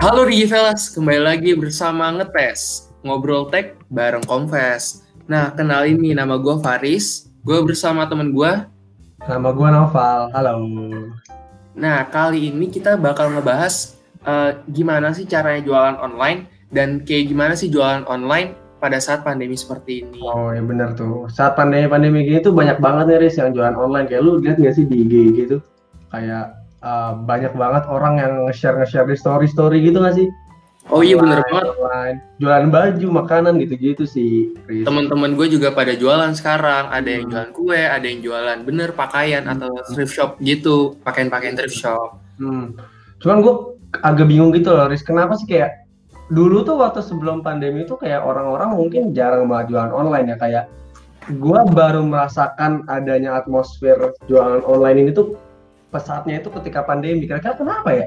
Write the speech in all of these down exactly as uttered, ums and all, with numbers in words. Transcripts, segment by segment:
Halo Rigivelas, kembali lagi bersama Ngetes, ngobrol tech bareng Confess. Nah, kenalin nih, nama gue Faris, gue bersama temen gue. Nama gue Noval, halo. Nah, kali ini kita bakal ngebahas uh, gimana sih caranya jualan online, dan kayak gimana sih jualan online pada saat pandemi seperti ini. Oh ya bener tuh, saat pandemi-pandemi gini tuh banyak banget nih Riz yang jualan online. Kayak lu lihat nggak sih di I G gitu, kayak uh, banyak banget orang yang nge-share nge-share di story-story gitu nggak sih? Oh iya bener Online, banget, online, jualan baju, makanan gitu-gitu sih, Riz. teman-teman gue juga pada jualan sekarang, ada yang Hmm. jualan kue, ada yang jualan bener pakaian atau thrift shop gitu, pakaian-pakaian thrift shop. Hmm. Cuman gue agak bingung gitu loh, Riz. Kenapa sih kayak dulu tuh waktu sebelum pandemi tuh kayak orang-orang mungkin jarang banget jualan online ya. Kayak gue baru merasakan adanya atmosfer jualan online ini tuh pesatnya itu ketika pandemi. Kira-kira kenapa ya?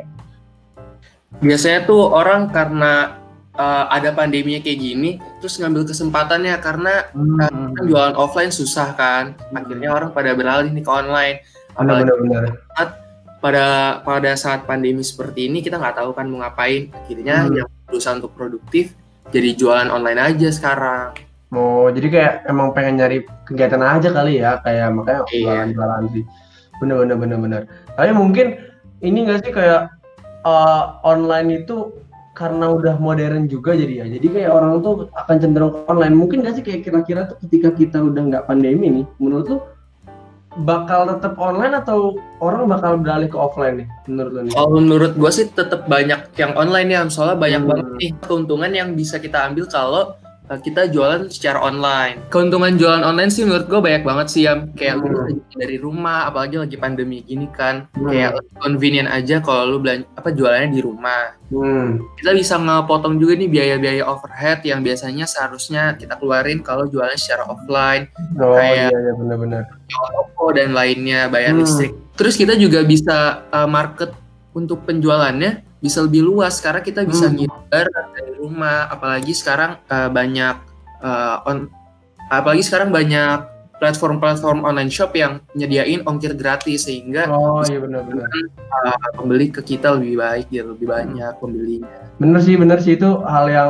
Biasanya tuh orang karena uh, ada pandeminya kayak gini, terus ngambil kesempatannya karena uh, kan Hmm. jualan offline susah kan. Akhirnya orang pada beralih nih ke online. Apalagi Benar-benar. saat pada pada saat pandemi seperti ini kita nggak tahu kan mau ngapain. Akhirnya Hmm. yang berusaha untuk produktif jadi jualan online aja sekarang. Mau jadi kayak emang pengen nyari kegiatan aja kali ya, kayak makanya Iya. jualan-jualan sih. Bener-bener bener-bener. Tapi mungkin ini nggak sih kayak uh, online itu karena udah modern juga jadi ya. Jadi kayak orang tuh akan cenderung ke online. Mungkin nggak sih kayak kira-kira tuh ketika kita udah nggak pandemi nih, menurut lu bakal tetap online atau orang bakal beralih ke offline nih menurut lu nih? Kalau menurut gue sih tetap banyak yang online ya, soalnya banyak banget Hmm. nih keuntungan yang bisa kita ambil kalau uh, kita jualan secara online. Keuntungan jualan online sih menurut gue banyak banget sih ya, kayak lu bisa Hmm. jualan dari rumah, apalagi lagi pandemi gini kan, kayak Hmm. lebih convenient aja kalau lu belanja apa jualannya di rumah. Hmm. Kita bisa ngepotong juga nih biaya-biaya overhead yang biasanya seharusnya kita keluarin kalau jualan secara offline, Oh kayak iya ya benar-benar. toko dan lainnya, bayar listrik. Hmm. Terus kita juga bisa uh, market untuk penjualannya bisa lebih luas karena kita bisa Hmm. ngirim barang dari rumah. Apalagi sekarang uh, banyak uh, on, apalagi sekarang banyak platform-platform online shop yang nyediain ongkir gratis sehingga Oh bisa iya benar-benar. uh, pembeli ke kita lebih baik ya lebih Hmm. banyak pembelinya. Bener sih, bener sih itu hal yang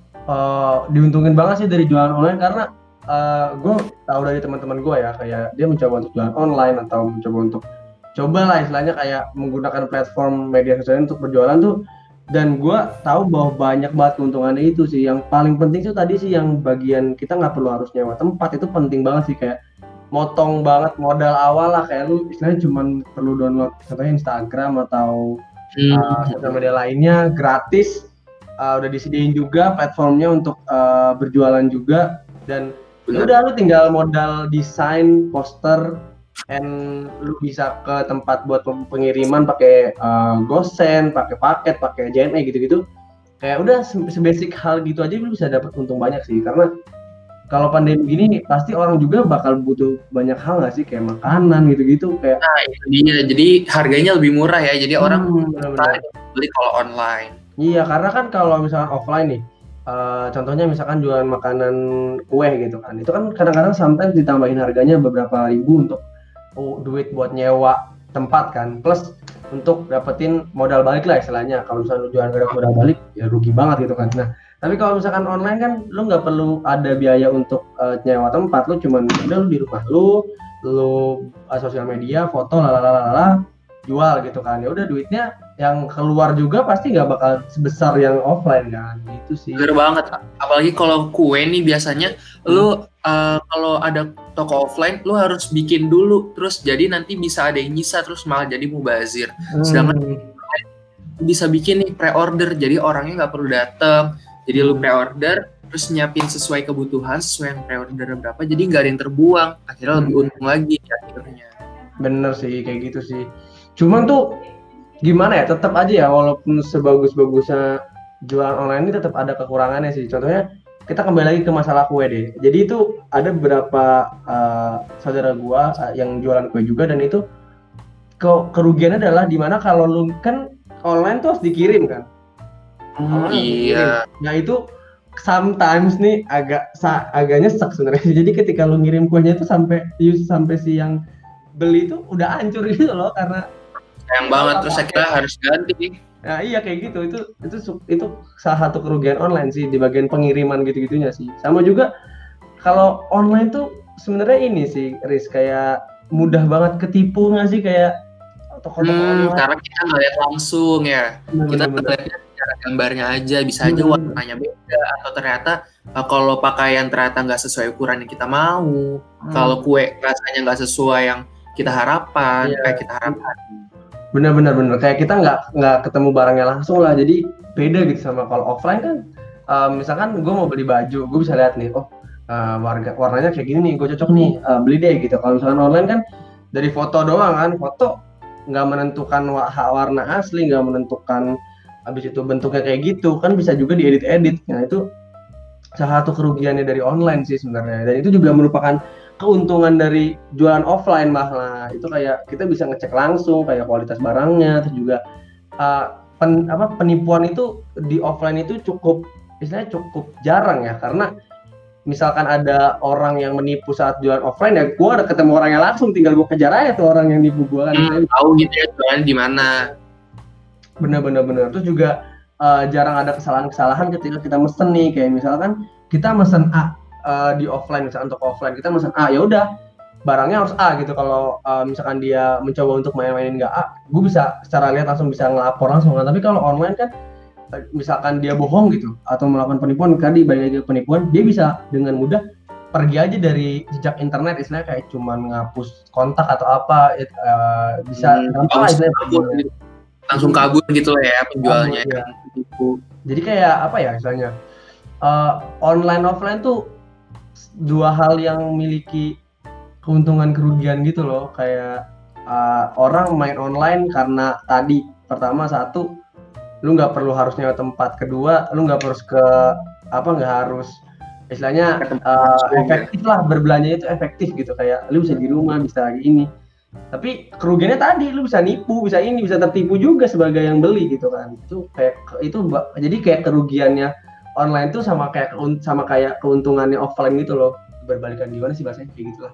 uh, diuntungin banget sih dari jualan online karena uh, gue tahu dari teman-teman gue ya kayak dia mencoba untuk jualan online atau mencoba untuk coba lah istilahnya kayak menggunakan platform media sosial untuk berjualan tuh, dan gue tahu bahwa banyak banget keuntungannya. Itu sih yang paling penting tuh tadi sih yang bagian kita nggak perlu harus nyewa tempat, itu penting banget sih, kayak motong banget modal awal lah, kayak lu istilahnya cuma perlu download contohnya Instagram atau uh, sosial Hmm. media lainnya gratis, uh, udah disediain juga platformnya untuk uh, berjualan juga, dan ya Benar. udah lu tinggal modal desain poster, and lu bisa ke tempat buat pengiriman pakai uh, GoSend, pakai paket, pakai J N E gitu-gitu. Kayak udah sebasic hal gitu aja lu bisa dapat untung banyak sih, karena kalau pandemi gini pasti orang juga bakal butuh banyak hal nggak sih, kayak makanan gitu-gitu kayak. Nah, itu dia. Jadi harganya lebih murah ya. Jadi orang Hmm, benar-benar. beli kalau online. Iya, karena kan kalau misalkan offline nih, uh, contohnya misalkan jualan makanan kue gitu kan, itu kan kadang-kadang sometimes ditambahin harganya beberapa ribu untuk oh, duit buat nyewa tempat kan, plus untuk dapetin modal balik lah istilahnya. Kalau misalnya lu jualan gak ada modal balik, ya rugi banget gitu kan. Nah, tapi kalau misalkan online kan, lu nggak perlu ada biaya untuk uh, nyewa tempat, lu cuman udah lu di rumah lu, lu uh, sosial media, foto, lalalala, jual gitu kan. Ya udah duitnya yang keluar juga pasti nggak bakal sebesar yang offline kan, gitu sih. Bener banget. Apalagi kalau kue nih biasanya Hmm. lu uh, kalau ada toko offline lu harus bikin dulu terus jadi nanti bisa ada yang nyisa terus malah jadi mubazir. Sedangkan Hmm. lu bisa bikin nih pre-order jadi orangnya nggak perlu datang. Jadi lu Hmm. pre-order terus nyiapin sesuai kebutuhan sesuai yang pre-order berapa jadi nggak ada yang terbuang. Akhirnya lebih Hmm. untung lagi akhirnya. Bener sih kayak gitu sih. Cuman tuh gimana ya, tetap aja ya walaupun sebagus-bagusnya jualan online ini tetap ada kekurangannya sih. Contohnya kita kembali lagi ke masalah kue deh. Jadi itu ada beberapa uh, saudara gua uh, yang jualan kue juga, dan itu ke kerugiannya adalah dimana kalau lu kan online tuh harus dikirim kan. Hmm, Online harus dikirim. iya. Nah itu sometimes nih agak sa agak nyesek sebenarnya. Jadi ketika lu ngirim kuenya itu sampai sampai si yang beli itu udah hancur gitu loh, karena Sayang banget salah terus paket. akhirnya harus ganti. Nah iya kayak gitu, itu itu su- itu salah satu kerugian online sih di bagian pengiriman gitu-gitunya sih. Sama juga kalau online tuh sebenarnya ini sih, Riz, kayak mudah banget ketipu nggak sih, kayak toko-toko Hmm, online. karena kita nggak lihat langsung ya. Kita Bener-bener. lihatnya secara gambarnya aja, bisa aja Hmm. warnanya beda atau ternyata uh, kalau pakaian ternyata nggak sesuai ukuran yang kita mau. Kalau Hmm. kue rasanya nggak sesuai yang kita harapkan, Iya. eh kita harapkan. Bener-bener bener. Kayak kita nggak nggak ketemu barangnya langsung lah. Jadi beda gitu sama kalau offline kan. eh, misalkan gue mau beli baju, gue bisa lihat nih, oh eh, warga warnanya kayak gini nih, gue cocok nih, eh, beli deh gitu. Kalau misalkan online kan dari foto doang kan, foto nggak menentukan wa- warna asli, nggak menentukan habis itu bentuknya kayak gitu, kan bisa juga diedit-edit. Nah itu salah satu kerugiannya dari online sih sebenarnya, dan itu juga merupakan keuntungan dari jualan offline malah. Itu kayak kita bisa ngecek langsung kayak kualitas barangnya, terus juga uh, pen, apa penipuan itu di offline itu cukup istilahnya cukup jarang ya, karena misalkan ada orang yang menipu saat jualan offline ya gue ada ketemu orangnya langsung, tinggal gue kejar aja tuh orang yang nipu gue kan. Hmm, tahu gitu ya jualan di mana. Bener-bener bener. Terus juga uh, jarang ada kesalahan-kesalahan ketika kita mesen nih, kayak misalkan kita mesen A uh, di offline, misalkan untuk offline kita mesen A, ya udah barangnya harus A gitu. Kalau uh, misalkan dia mencoba untuk main-mainin nggak A, gue bisa secara lihat langsung bisa ngelapor langsung kan. Tapi kalau online kan uh, misalkan dia bohong gitu atau melakukan penipuan, tadi balik lagi ke penipuan, dia bisa dengan mudah pergi aja dari jejak internet, istilahnya kayak cuman ngapus kontak atau apa, uh, bisa Hmm, gampang lah langsung istilahnya kabur perginya. gitu. Langsung Hmm, kabur gitu lah ya kabur penjualnya ya. yang tipu. Jadi kayak apa ya misalnya, uh, online offline tuh dua hal yang memiliki keuntungan kerugian gitu loh. Kayak uh, orang main online karena tadi pertama satu, lu nggak perlu harus nyewa tempat, kedua lu nggak harus ke apa nggak harus istilahnya Ketemu uh, langsung ya. efektif lah, berbelanja itu efektif gitu, kayak lu bisa di rumah bisa lagi ini. Tapi kerugiannya tadi lu bisa nipu, bisa ini, bisa tertipu juga sebagai yang beli gitu kan. Itu kayak itu jadi kayak kerugiannya online tuh sama kayak sama kayak keuntungannya offline gitu loh. Berbalikan, gimana sih bahasanya, kayak gitulah.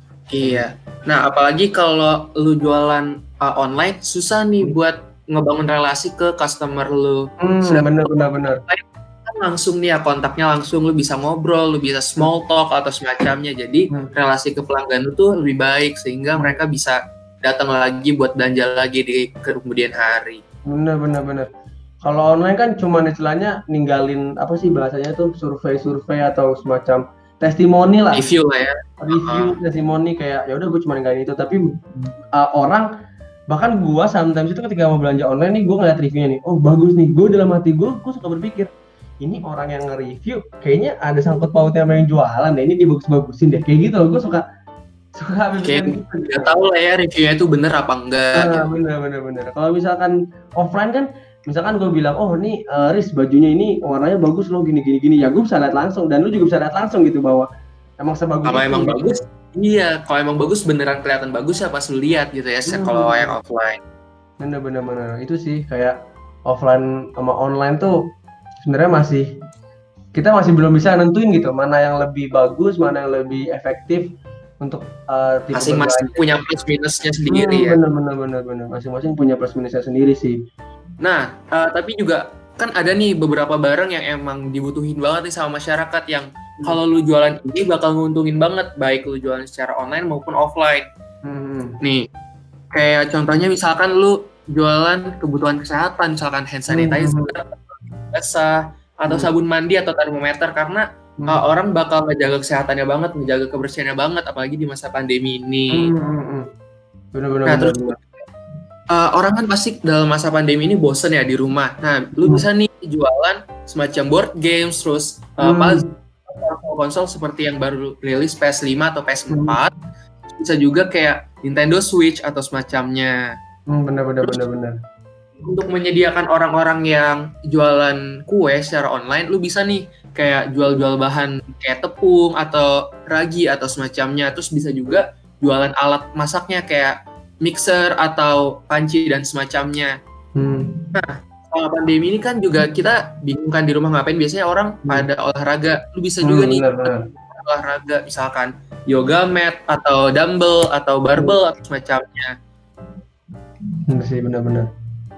Iya. Nah, apalagi kalau lu jualan uh, online, susah nih buat ngebangun relasi ke customer lu. Hmm, Sedangkan bener bener bener. kan langsung nih ya, kontaknya langsung, lu bisa ngobrol, lu bisa small talk atau semacamnya. Jadi Hmm. relasi ke pelanggan lu tuh lebih baik sehingga mereka bisa datang lagi buat belanja lagi di kemudian hari. Bener bener bener. Kalau online kan cuma istilahnya ninggalin apa sih bahasanya tuh, survei-survei atau semacam testimoni lah, Review lah ya. review, Uh, testimoni, kayak ya udah gue cuma ninggalin itu. Tapi uh, orang, bahkan gua sometimes itu ketika mau belanja online nih, gue ngeliat reviewnya nih, oh bagus nih, gue dalam hati gue gue suka berpikir ini orang yang nge-review kayaknya ada sangkut pautnya sama yang jualan deh, ini dibagus-bagusin deh, kayak gitu loh. Gue suka suka kayak berpikiran gitu. nggak tahu lah ya reviewnya itu bener apa enggak Ah, gitu. bener bener bener. Kalau misalkan offline kan, misalkan gue bilang, oh nih uh, Riz, bajunya ini warnanya bagus loh, gini gini gini, ya gue bisa lihat langsung, dan lu juga bisa lihat langsung gitu bahwa emang sebagus Kalau itu emang gitu. bagus, iya. Kalau emang bagus beneran kelihatan bagus ya pas lu lihat gitu ya. Hmm, Kalau yang offline. bener bener bener. Itu sih kayak offline sama online tuh sebenarnya masih, kita masih belum bisa nentuin gitu mana yang lebih bagus, mana yang lebih efektif untuk uh, tipe Masing-masing berbelanja. punya plus minusnya sendiri Hmm, ya. bener bener bener bener. Masing-masing punya plus minusnya sendiri sih. Nah, uh, tapi juga kan ada nih beberapa barang yang emang dibutuhin banget nih sama masyarakat yang kalau lu jualan ini bakal nguntungin banget, baik lu jualan secara online maupun offline. Hmm. Nih, kayak contohnya misalkan lu jualan kebutuhan kesehatan, misalkan hand sanitizer, Hmm. basah, atau Hmm. sabun mandi atau termometer, karena Hmm. uh, orang bakal ngejaga kesehatannya banget, ngejaga kebersihannya banget, apalagi di masa pandemi ini. Hmm. Hmm. Hmm. Bener bener Nah, bener. terus bener. uh, orang kan pasti dalam masa pandemi ini bosen ya di rumah. Nah, lu Hmm. bisa nih jualan semacam board games, terus uh, Hmm. puzzle, konsol seperti yang baru rilis P S lima atau P S empat. Hmm. Bisa juga kayak Nintendo Switch atau semacamnya. Hmm. Bener bener bener bener. Untuk menyediakan orang-orang yang jualan kue secara online, lu bisa nih kayak jual-jual bahan kayak tepung atau ragi atau semacamnya. Terus bisa juga jualan alat masaknya kayak mixer atau panci dan semacamnya. Hmm. Selama pandemi ini kan juga kita bingung kan di rumah ngapain, biasanya orang Hmm. pada olahraga. Lu bisa Hmm, juga nih bener, bener. olahraga, misalkan yoga mat atau dumbbell atau barbell atau semacamnya. Bener sih, bener-bener.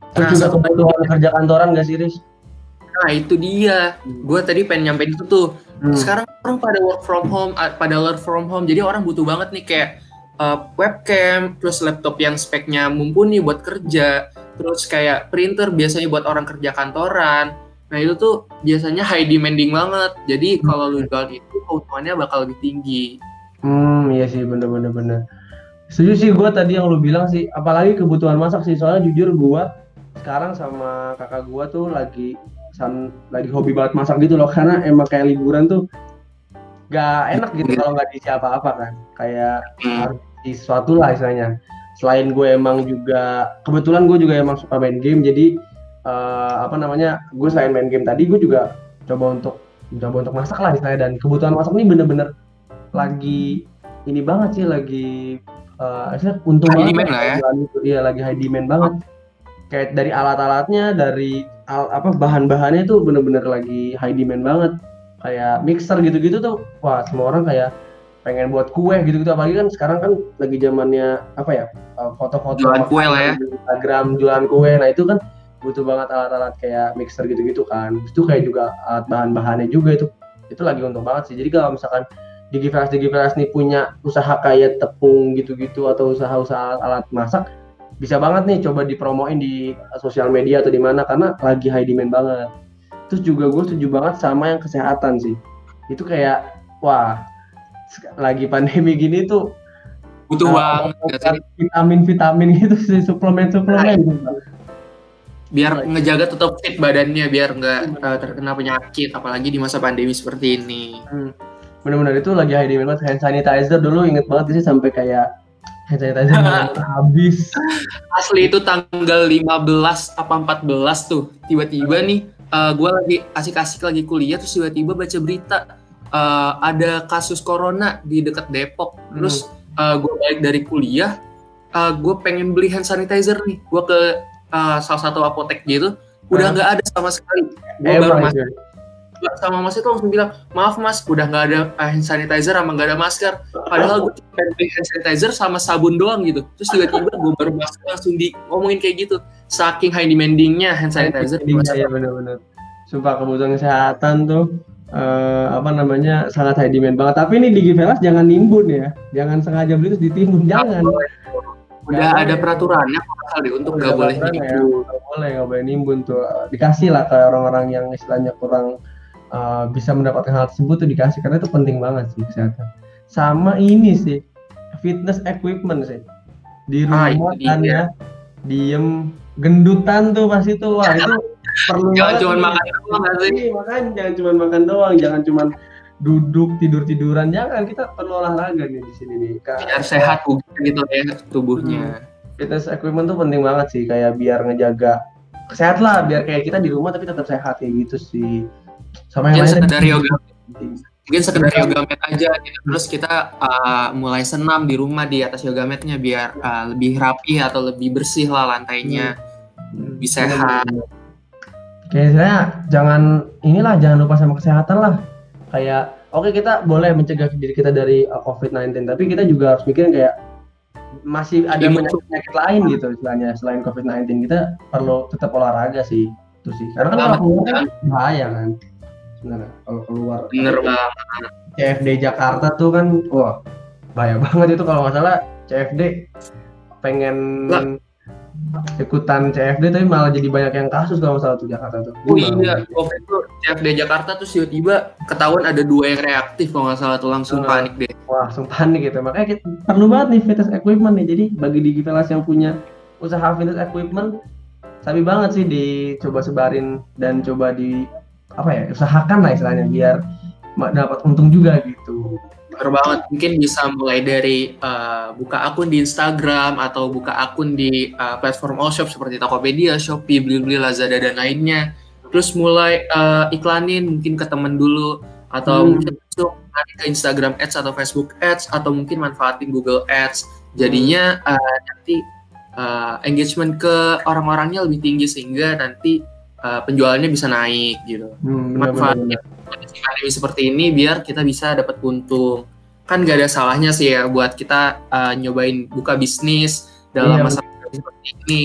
Terus Nah, juga satu lagi, kebutuhan kerja kantoran gak sih, Riz? nah itu dia. Gue tadi pengen nyampein itu tuh. Hmm. Sekarang orang pada work from home, a- pada learn from home. Jadi orang butuh banget nih kayak uh, webcam, terus laptop yang speknya mumpuni buat kerja, terus kayak printer biasanya buat orang kerja kantoran. Nah itu tuh biasanya high demanding banget. Jadi kalau lu jual itu keuntungannya bakal lebih tinggi. Hmm, iya sih, bener-bener bener. Setuju sih gue tadi yang lu bilang sih, apalagi kebutuhan masak sih. Soalnya jujur gue sekarang sama kakak gue tuh lagi san, lagi hobi banget masak gitu loh, karena emang kayak liburan tuh gak enak gitu kalau nggak diisi apa-apa kan, kayak Hmm. harus di sesuatu lah istilahnya. Selain gue emang juga kebetulan gue juga emang suka main game, jadi uh, apa namanya, gue selain main game tadi gue juga coba untuk coba untuk masak lah istilahnya. Dan kebutuhan masak ini bener-bener lagi ini banget sih, lagi uh, untung High banget demand lah ya. Itu dia lagi high demand banget. Kayak dari alat-alatnya, dari al, apa bahan-bahannya itu bener-bener lagi high demand banget. Kayak mixer gitu-gitu tuh, wah semua orang kayak pengen buat kue gitu-gitu. Apalagi kan sekarang kan lagi zamannya apa ya, foto-foto Jualan kue lah ya. di Instagram jualan kue. Nah itu kan butuh banget alat-alat kayak mixer gitu-gitu kan. Itu kayak juga alat bahan-bahannya juga itu itu lagi untung banget sih. Jadi kalau misalkan Digivelas Digivelas nih punya usaha kayak tepung gitu-gitu atau usaha-usaha alat masak, bisa banget nih coba dipromoin di sosial media atau di mana, karena lagi high demand banget. Terus juga gue setuju banget sama yang kesehatan sih. Itu kayak wah, lagi pandemi gini tuh Butuh uh, banget. vitamin-vitamin gitu sih, suplemen-suplemen gitu. Biar ngejaga tetap fit badannya, biar nggak uh, terkena penyakit, apalagi di masa pandemi seperti ini. Hmm. Benar-benar itu lagi high demand banget. Hand sanitizer dulu inget banget sih, sampai kayak hand sanitizer habis. Asli itu tanggal lima belas apa empat belas tuh, tiba-tiba nih uh, gue lagi asik-asik lagi kuliah, terus tiba-tiba baca berita uh, ada kasus corona di dekat Depok. Terus uh, gue balik dari kuliah, uh, gue pengen beli hand sanitizer nih, gue ke uh, salah satu apotek gitu, udah nggak uh. ada sama sekali. Gue baru masuk sama mas itu langsung bilang, maaf mas, udah nggak ada hand sanitizer sama nggak ada masker. Padahal gue cuma beli hand sanitizer sama sabun doang gitu. Terus tiba-tiba gue baru masuk langsung di ngomongin kayak gitu. Saking high demandingnya hand sanitizer. Iya benar-benar. Sumpah kebutuhan kesehatan tuh uh, apa namanya sangat high demand banget. Tapi ini Digivelas jangan nimbun ya, jangan sengaja beli terus ditimbun, jangan. Udah gak ada peraturannya kali untuk nggak boleh nimbun. Ya, nggak boleh nggak boleh nimbun tuh. Dikasih lah ke orang-orang yang istilahnya kurang Uh, bisa mendapatkan hal tersebut tuh dikasih, karena itu penting banget sih kesehatan. Sama ini sih fitness equipment sih di rumah ah, kan ya, diem gendutan tuh pasti tuh, wah itu perlu jangan banget. Cuma makan doang sih. Makanya jangan cuma makan doang, jangan cuma duduk tidur tiduran, jangan, kita perlu olahraga nih di sini nih. Biar sehat gitu ya tubuhnya. Hmm. Fitness equipment tuh penting banget sih, kayak biar ngejaga sehat lah, biar kayak kita di rumah tapi tetap sehat kayak gitu sih. Sama yang mungkin sekedar yoga mungkin sekedar yoga mat aja gitu. Terus kita uh, mulai senam di rumah di atas yoga matnya biar uh, lebih rapi atau lebih bersih lah lantainya, hmm. lebih sehat. Kayak saya jangan inilah, jangan lupa sama kesehatan lah. Kayak oke okay, kita boleh mencegah diri kita dari uh, covid sembilan belas, tapi kita juga harus mikirin kayak masih ada penyakit-penyakit lain gitu istilahnya selain covid sembilan belas. Kita perlu tetap olahraga sih itu sih, karena kan kalau keluar bahaya kan. Sebenarnya kalau keluar bener banget. C F D Jakarta tuh kan wah bahaya banget itu. Kalau nggak salah C F D pengen nah. ikutan C F D tapi malah jadi banyak yang kasus kalau nggak salah tuh Jakarta tuh. Oh iya, waktu itu C F D Jakarta tuh tiba-tiba ketahuan ada dua yang reaktif kalau nggak salah tuh, langsung nah. panik deh. Wah langsung panik gitu, makanya kita perlu banget nih fitness equipment nih. Jadi bagi Digivelas yang punya usaha fitness equipment, sabi banget sih dicoba sebarin dan coba di apa ya, usahakan lah istilahnya biar dapat untung juga gitu. Bener banget, mungkin bisa mulai dari uh, buka akun di Instagram atau buka akun di uh, platform all shop seperti Tokopedia, Shopee, Blibli, Lazada dan lainnya. Terus mulai uh, iklanin mungkin ke temen dulu, atau hmm. mungkin masuk ke Instagram Ads atau Facebook Ads, atau mungkin manfaatin Google Ads. Jadinya uh, nanti uh, engagement ke orang-orangnya lebih tinggi sehingga nanti Uh, penjualannya bisa naik gitu. Hmm, manfaatnya pandemi seperti ini biar kita bisa dapat untung. Kan gak ada salahnya sih ya buat kita uh, nyobain buka bisnis dalam iya, masa seperti ini.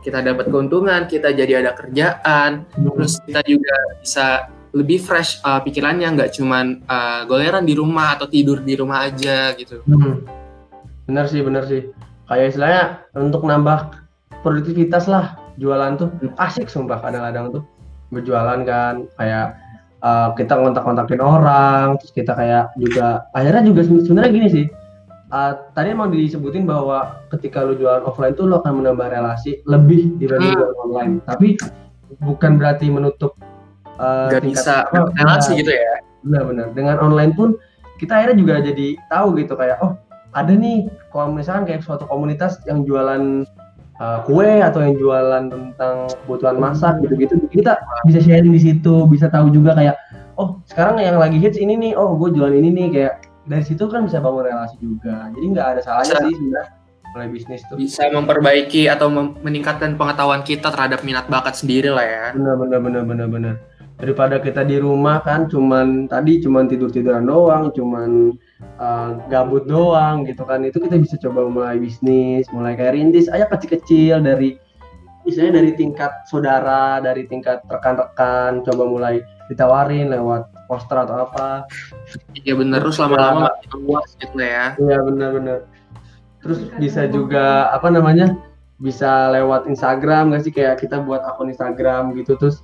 kita dapat keuntungan, kita jadi ada kerjaan, hmm. terus kita juga bisa lebih fresh uh, pikirannya, nggak cuman uh, goleran di rumah atau tidur di rumah aja gitu. Hmm. Bener sih, bener sih. Kayak istilahnya untuk nambah produktivitas lah, jualan tuh asik sumpah kadang-kadang tuh berjualan kan, kayak uh, kita ngontak-kontakin orang, terus kita kayak juga akhirnya juga sebenarnya gini sih. Uh, tadi emang disebutin bahwa ketika lu jualan offline tuh lo akan menambah relasi lebih dibanding jualan hmm. online, tapi bukan berarti menutup Uh, gak bisa relasi gitu ya. Benar-benar. Dengan online pun kita akhirnya juga jadi tahu gitu kayak oh ada nih kalau misalkan kayak suatu komunitas yang jualan uh, kue atau yang jualan tentang kebutuhan masak gitu-gitu, kita bisa sharing di situ, bisa tahu juga kayak oh sekarang yang lagi hits ini nih, oh gue jualan ini nih, kayak dari situ kan bisa bangun relasi juga. Jadi nggak ada salahnya bisa. Sih sebenarnya mulai bisnis tuh. Bisa memperbaiki atau mem- meningkatkan pengetahuan kita terhadap minat bakat sendiri lah ya. Benar-benar benar-benar benar. Daripada kita di rumah kan cuman tadi cuman tidur-tiduran doang, cuman uh, gabut doang gitu kan, itu kita bisa coba mulai bisnis, mulai kayak rintis aja kecil-kecil dari misalnya dari tingkat saudara, dari tingkat rekan-rekan, coba mulai ditawarin lewat poster atau apa. Iya bener, terus lama-lama makin luas gitu ya. Iya benar-benar. Terus bisa juga apa namanya, bisa lewat Instagram nggak sih, kayak kita buat akun Instagram gitu, terus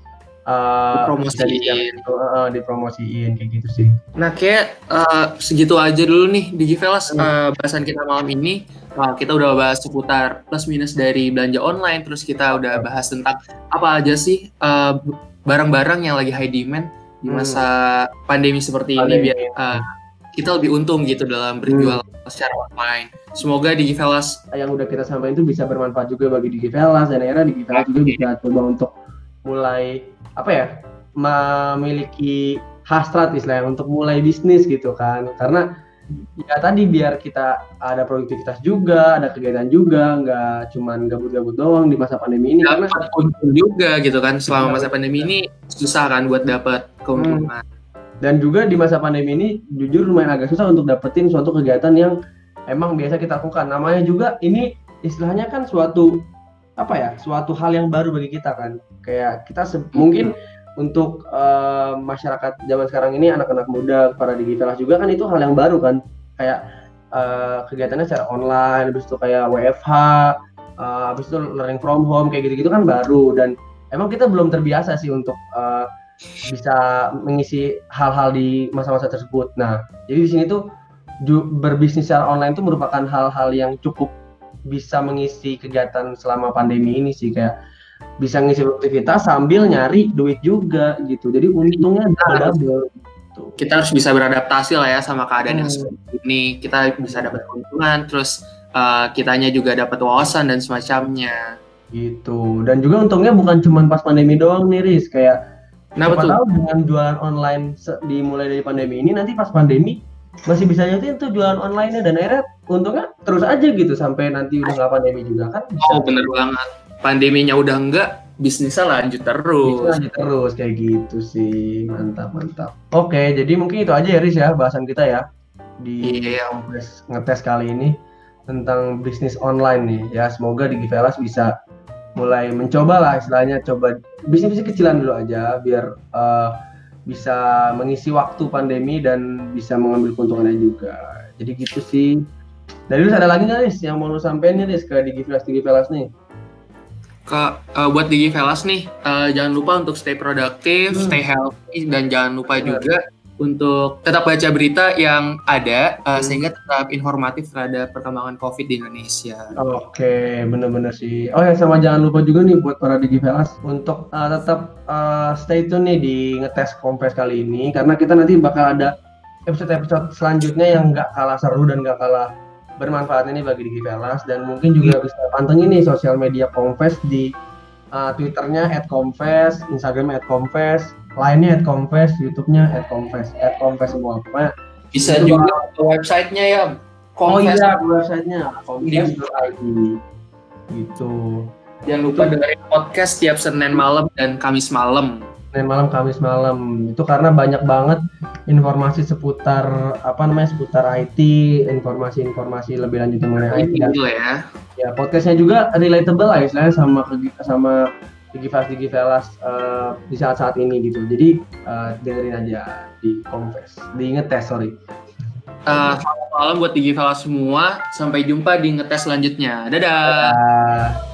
Uh, dipromosiin, uh, dipromosiin kayak gitu sih. Nah kayak uh, segitu aja dulu nih di Givelas uh, bahasan kita malam ini. Nah, kita udah bahas seputar plus minus dari belanja online, terus kita udah bahas tentang apa aja sih uh, barang-barang yang lagi high demand di masa hmm. pandemi seperti pandemi. ini biar uh, kita lebih untung gitu dalam berjual hmm. secara online. Semoga di Givelas yang udah kita sampaikan itu bisa bermanfaat juga bagi di Givelas, dan akhirnya di Givelas juga bisa coba untuk mulai apa ya, memiliki hasrat istilahnya untuk mulai bisnis gitu kan, karena ya tadi biar kita ada produktivitas juga, ada kegiatan juga, nggak cuman gabut-gabut doang di masa pandemi ini. Dapat karena untung juga gitu kan, selama masa pandemi ini susah kan buat dapat keuntungan. Hmm. Dan juga di masa pandemi ini jujur lumayan agak susah untuk dapetin suatu kegiatan yang emang biasa kita lakukan. Namanya juga ini istilahnya kan suatu apa ya, suatu hal yang baru bagi kita kan, kayak kita se- mungkin untuk uh, masyarakat zaman sekarang ini, anak-anak muda para di Givelas juga kan itu hal yang baru kan, kayak uh, kegiatannya secara online, habis itu kayak W F H, uh, habis itu learning from home kayak gitu-gitu kan baru, dan emang kita belum terbiasa sih untuk uh, bisa mengisi hal-hal di masa-masa tersebut. Nah jadi di sini tuh ju- berbisnis secara online itu merupakan hal-hal yang cukup bisa mengisi kegiatan selama pandemi ini sih, kayak bisa ngisi produktivitas sambil nyari duit juga gitu, jadi untungnya double gitu. Kita harus bisa beradaptasi lah ya sama keadaan hmm. yang seperti ini, kita bisa dapat keuntungan, terus uh, kitanya juga dapat wawasan dan semacamnya gitu. Dan juga untungnya bukan cuma pas pandemi doang nih Riz, kayak nah, siapa betul. tahu dengan jualan online dimulai dari pandemi ini, nanti pas pandemi masih bisa nyetin tuh jualan online-nya, dan akhirnya untungnya terus aja gitu sampai nanti udah nggak pandemi juga kan bisa. Oh bener banget, pandeminya udah enggak, bisnisnya lanjut terus. Bisnisnya lanjut terus kayak gitu sih, mantap mantap. Oke, jadi mungkin itu aja ya Riz ya bahasan kita ya di iya. ngetes, ngetes kali ini tentang bisnis online nih ya. Semoga di Givelas bisa mulai mencoba lah istilahnya, coba bisnis-bisnis kecilan dulu aja biar uh, bisa mengisi waktu pandemi dan bisa mengambil keuntungannya juga. Jadi gitu sih. Dari lu ada lagi nggak Riz yang mau lu sampein nih Riz ke di Givelas di Givelas nih? Ke uh, buat di Givelas nih, uh, jangan lupa untuk stay produktif, hmm. stay healthy, dan jangan lupa Benar. juga untuk tetap baca berita yang ada uh, hmm. sehingga tetap informatif terhadap perkembangan COVID di Indonesia. Oke, bener-bener sih. Oh ya, sama jangan lupa juga nih buat para di Givelas untuk uh, tetap uh, stay tune nih di ngetes Confess kali ini, karena kita nanti bakal ada episode-episode selanjutnya yang nggak kalah seru dan nggak kalah bermanfaat ini bagi di Givelas, dan mungkin juga bisa pantengin nih sosial media Confess di uh, Twitternya at confess, Instagramnya at confess, lainnya at confess, YouTube-nya at confess, at confess semua. Pokoknya bisa juga ke website-nya ya. Confess. Oh iya, website-nya confess dot i d gitu. Jangan lupa dengerin podcast tiap Senin malam dan Kamis malam. Senin malam, Kamis malam. Itu karena banyak banget informasi seputar apa namanya seputar I T, informasi-informasi lebih lanjut mengenai I T. Gitu ya. Ya podcastnya juga relatable lah istilahnya sama sama Digivelas Digivelas uh, di saat-saat ini gitu. Jadi uh, dengerin aja di Confess, di Ngetes sorry. Uh, selamat malam buat Digivelas semua. Sampai jumpa di Ngetes selanjutnya. Dadah. Dadah.